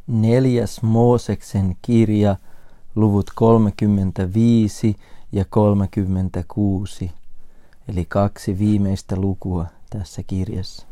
4. Mooseksen kirja, luvut 35 ja 36, eli 2 viimeistä lukua tässä kirjassa.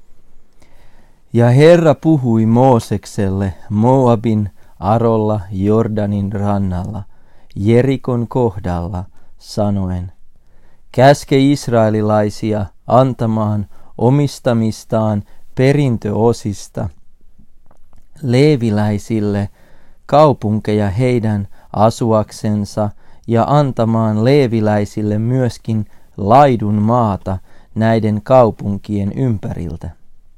Ja Herra puhui Moosekselle Moabin Arolla Jordanin rannalla, Jerikon kohdalla, sanoen: käske israelilaisia antamaan omistamistaan perintöosista leeviläisille kaupunkeja heidän asuaksensa ja antamaan leeviläisille myöskin laidun maata näiden kaupunkien ympäriltä.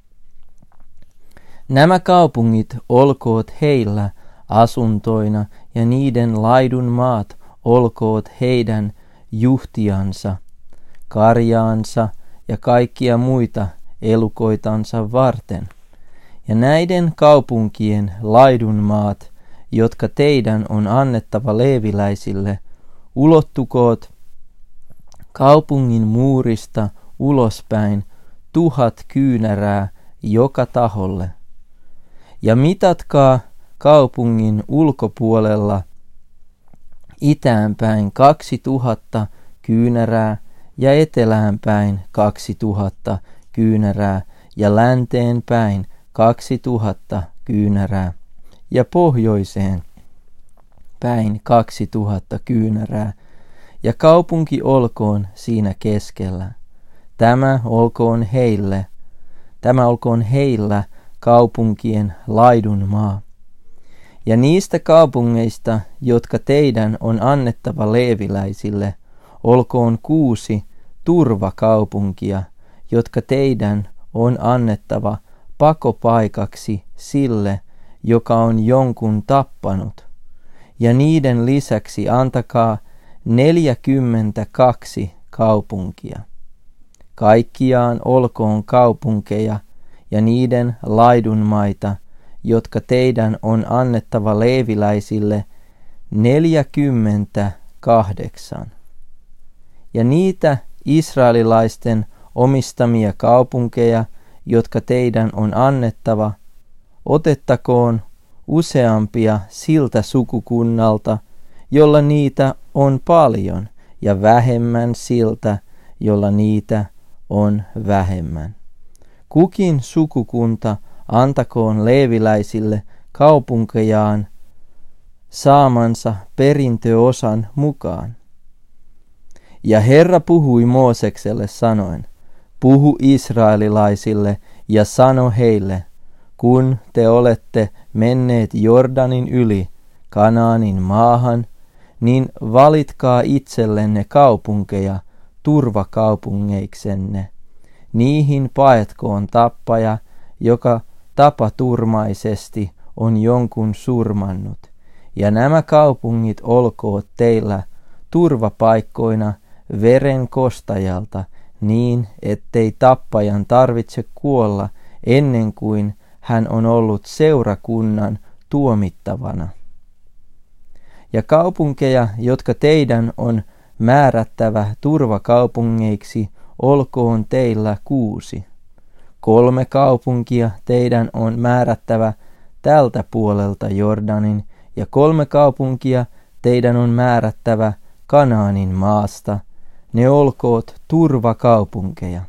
Nämä kaupungit olkoot heillä asuntoina ja niiden laidun maat olkoot heidän juhtiansa, karjaansa ja kaikkia muita elukoitansa varten. Ja näiden kaupunkien laidun maat, jotka teidän on annettava leeviläisille, ulottukoot kaupungin muurista ulospäin 1000 kyynärää joka taholle. Ja mitatkaa kaupungin ulkopuolella itäänpäin 2000 kyynärää ja eteläänpäin 2000 kyynärää ja länteenpäin 2000 kyynärää ja pohjoiseen päin 2000 kyynärää, ja kaupunki olkoon siinä keskellä. Tämä olkoon heillä kaupunkien laidun maa. Ja niistä kaupungeista, jotka teidän on annettava leeviläisille, olkoon 6 turvakaupunkia, jotka teidän on annettava pakopaikaksi sille, joka on jonkun tappanut. Ja niiden lisäksi antakaa 42 kaupunkia. Kaikkiaan olkoon kaupunkeja ja niiden laidunmaita, jotka teidän on annettava leeviläisille, 48. Ja niitä israelilaisten omistamia kaupunkeja, jotka teidän on annettava, otettakoon useampia siltä sukukunnalta, jolla niitä on paljon, ja vähemmän siltä, jolla niitä on vähemmän. Kukin sukukunta antakoon leeviläisille kaupunkejaan saamansa perintöosan mukaan. Ja Herra puhui Moosekselle sanoen: puhu israelilaisille ja sano heille, kun te olette menneet Jordanin yli Kanaanin maahan, niin valitkaa itsellenne kaupunkeja turvakaupungeiksenne. Niihin paetkoon tappaja, joka tapaturmaisesti on jonkun surmannut. Ja nämä kaupungit olkoot teillä turvapaikkoina veren kostajalta, niin ettei tappajan tarvitse kuolla ennen kuin hän on ollut seurakunnan tuomittavana. Ja kaupunkeja, jotka teidän on määrättävä turvakaupungeiksi, olkoon teillä 6. 3 kaupunkia teidän on määrättävä tältä puolelta Jordanin, ja 3 kaupunkia teidän on määrättävä Kanaanin maasta. Ne olkoot turvakaupunkeja.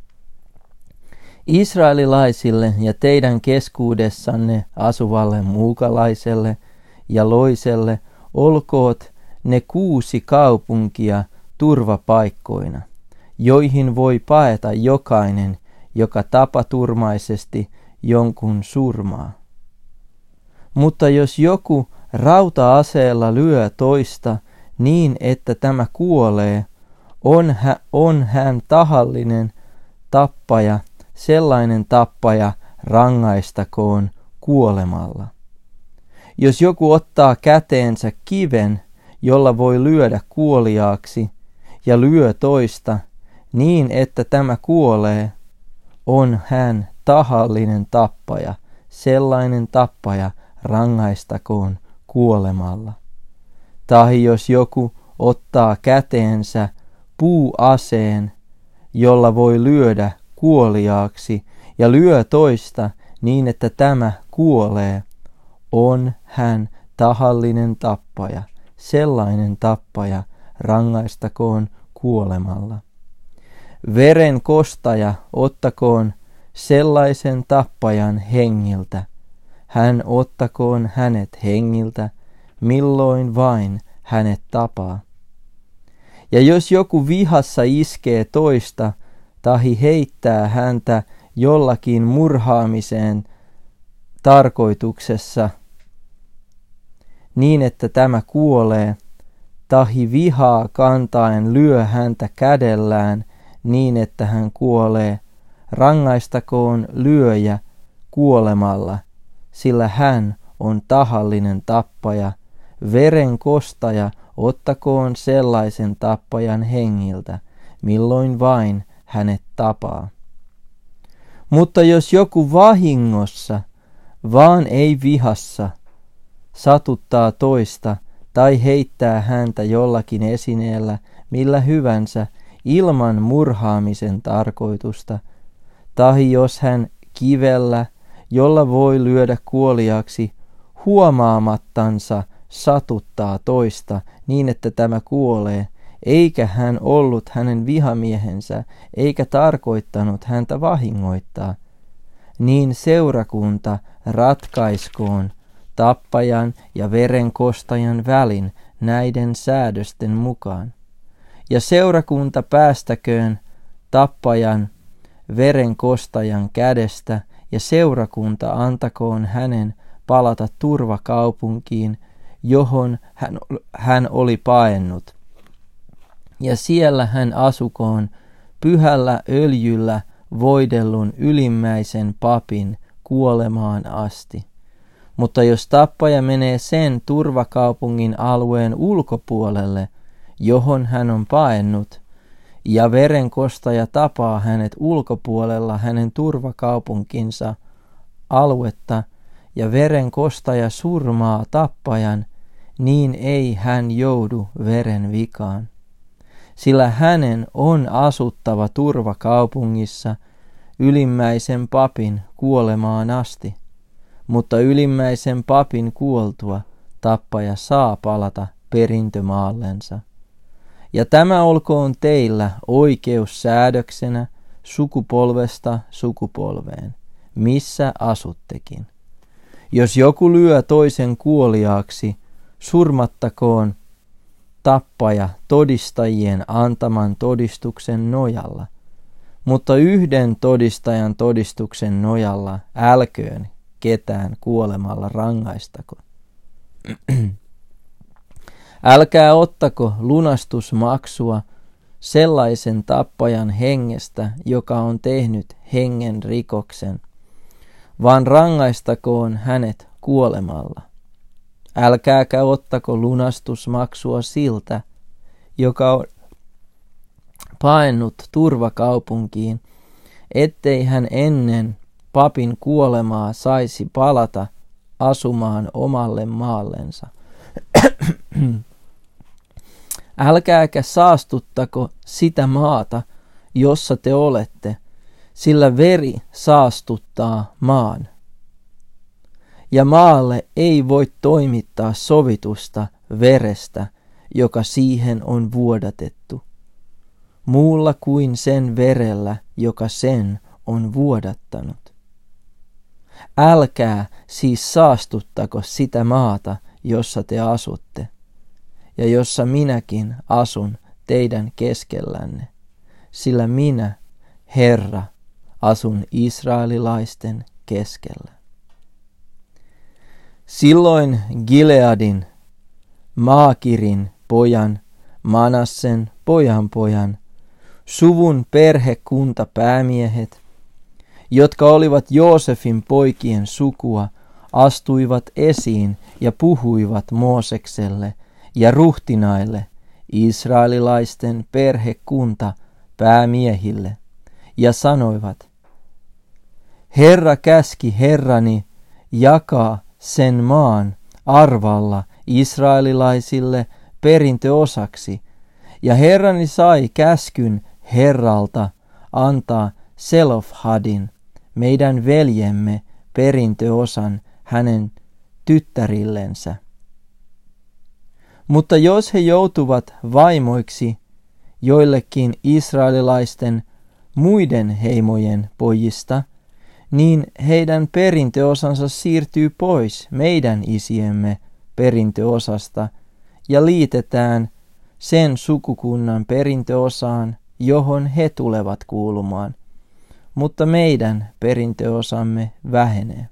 Israelilaisille ja teidän keskuudessanne asuvalle muukalaiselle ja loiselle olkoot ne 6 kaupunkia turvapaikkoina, joihin voi paeta jokainen, joka tapaturmaisesti jonkun surmaa. Mutta jos joku rauta-aseella lyö toista niin, että tämä kuolee, on hän tahallinen tappaja, sellainen tappaja rangaistakoon kuolemalla. Jos joku ottaa käteensä kiven, jolla voi lyödä kuoliaaksi, ja lyö toista niin, että tämä kuolee, on hän tahallinen tappaja, sellainen tappaja rangaistakoon kuolemalla. Tai jos joku ottaa käteensä puuaseen, jolla voi lyödä kuoliaaksi, ja lyö toista niin, että tämä kuolee, on hän tahallinen tappaja, sellainen tappaja rangaistakoon kuolemalla. Veren kostaja ottakoon sellaisen tappajan hengiltä, hän ottakoon hänet hengiltä, milloin vain hänet tapaa. Ja jos joku vihassa iskee toista, tahi heittää häntä jollakin murhaamiseen tarkoituksessa, niin että tämä kuolee, tahi vihaa kantaen lyö häntä kädellään, niin että hän kuolee, rangaistakoon lyöjä kuolemalla, sillä hän on tahallinen tappaja, veren kostaja ottakoon sellaisen tappajan hengiltä, milloin vain hänet tapaa. Mutta jos joku vahingossa, vaan ei vihassa, satuttaa toista tai heittää häntä jollakin esineellä millä hyvänsä ilman murhaamisen tarkoitusta, tahi jos hän kivellä, jolla voi lyödä kuoliaksi, huomaamattansa satuttaa toista niin, että tämä kuolee, eikä hän ollut hänen vihamiehensä, eikä tarkoittanut häntä vahingoittaa, niin seurakunta ratkaiskoon tappajan ja verenkostajan välin näiden säädösten mukaan. Ja seurakunta päästäköön tappajan verenkostajan kädestä, ja seurakunta antakoon hänen palata turvakaupunkiin, johon hän oli paennut. Ja siellä hän asukoon pyhällä öljyllä voidellun ylimmäisen papin kuolemaan asti. Mutta jos tappaja menee sen turvakaupungin alueen ulkopuolelle, johon hän on paennut, ja verenkostaja tapaa hänet ulkopuolella hänen turvakaupunkinsa aluetta, ja verenkostaja surmaa tappajan, niin ei hän joudu veren vikaan. Sillä hänen on asuttava turvakaupungissa ylimmäisen papin kuolemaan asti, mutta ylimmäisen papin kuoltua tappaja saa palata perintömaallensa. Ja tämä olkoon teillä oikeussäädöksenä sukupolvesta sukupolveen, missä asuttekin. Jos joku lyö toisen kuoliaaksi, surmattakoon tappaja todistajien antaman todistuksen nojalla, mutta yhden todistajan todistuksen nojalla älköön ketään kuolemalla rangaistako. Älkää ottako lunastusmaksua sellaisen tappajan hengestä, joka on tehnyt hengen rikoksen, vaan rangaistakoon hänet kuolemalla. Älkääkä ottako lunastusmaksua siltä, joka on paennut turvakaupunkiin, ettei hän ennen papin kuolemaa saisi palata asumaan omalle maallensa. Älkääkä saastuttako sitä maata, jossa te olette, sillä veri saastuttaa maan. Ja maalle ei voi toimittaa sovitusta verestä, joka siihen on vuodatettu, muulla kuin sen verellä, joka sen on vuodattanut. Älkää siis saastuttako sitä maata, jossa te asutte, ja jossa minäkin asun teidän keskellänne, sillä minä, Herra, asun israelilaisten keskellä. Silloin Gileadin, Maakirin pojan, Manassen pojan, suvun perhekunta päämiehet, jotka olivat Joosefin poikien sukua, astuivat esiin ja puhuivat Moosekselle ja ruhtinaille, israelilaisten perhekunta päämiehille, ja sanoivat: Herra käski herrani jakaa sen maan arvalla israelilaisille perintöosaksi, ja herrani sai käskyn Herralta antaa Selofhadin, meidän veljemme, perintöosan hänen tyttärillensä. Mutta jos he joutuvat vaimoiksi joillekin israelilaisten muiden heimojen pojista, niin heidän perintöosansa siirtyy pois meidän isiemme perintöosasta ja liitetään sen sukukunnan perintöosaan, johon he tulevat kuulumaan, mutta meidän perintöosamme vähenee.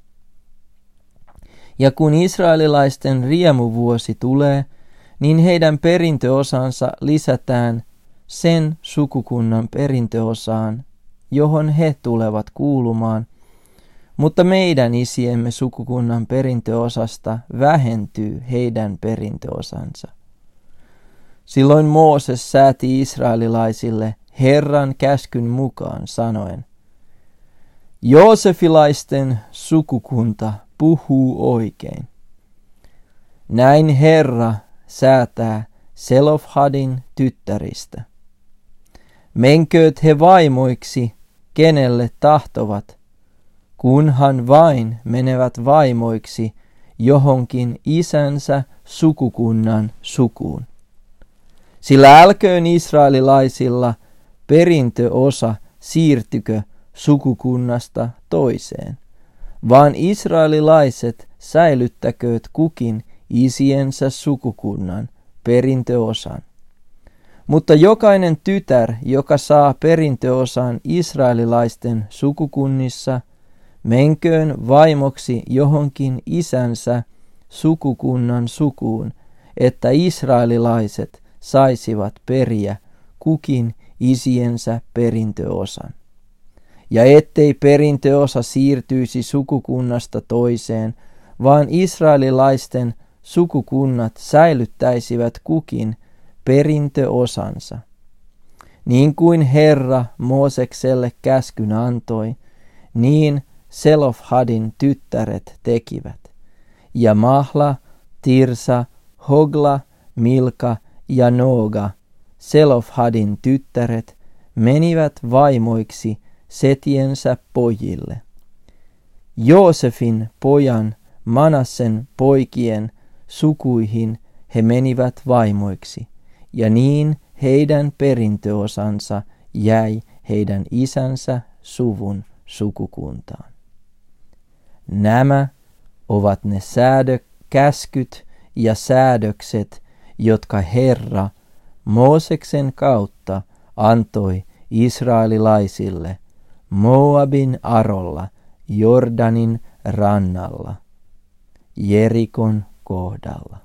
Ja kun israelilaisten riemuvuosi tulee, niin heidän perintöosansa lisätään sen sukukunnan perintöosaan, johon he tulevat kuulumaan, mutta meidän isiemme sukukunnan perintöosasta vähentyy heidän perintöosansa. Silloin Mooses sääti israelilaisille Herran käskyn mukaan sanoen, Joosefilaisten sukukunta puhuu oikein. Näin Herra säätää Selofhadin tyttäristä. Menkööt he vaimoiksi, kenelle tahtovat, kunhan vain menevät vaimoiksi johonkin isänsä sukukunnan sukuun. Sillä älköön israelilaisilla perintöosa siirtykö sukukunnasta toiseen, vaan israelilaiset säilyttäkööt kukin isiensä sukukunnan perintöosan. Mutta jokainen tytär, joka saa perintöosan israelilaisten sukukunnissa, menköön vaimoksi johonkin isänsä sukukunnan sukuun, että israelilaiset saisivat periä kukin isiensä perintöosan. Ja ettei perintöosa siirtyisi sukukunnasta toiseen, vaan israelilaisten sukukunnat säilyttäisivät kukin perintöosansa. Niin kuin Herra Moosekselle käskyn antoi, niin Selofhadin tyttäret tekivät. Ja Mahla, Tirsa, Hogla, Milka ja Nooga, Selofhadin tyttäret, menivät vaimoiksi setiensä pojille. Joosefin pojan Manassen poikien sukuihin he menivät vaimoiksi, ja niin heidän perintöosansa jäi heidän isänsä suvun sukukuntaan. Nämä ovat ne käskyt ja säädökset, jotka Herra Mooseksen kautta antoi israelilaisille Moabin arolla Jordanin rannalla, Jerikon kohdalla.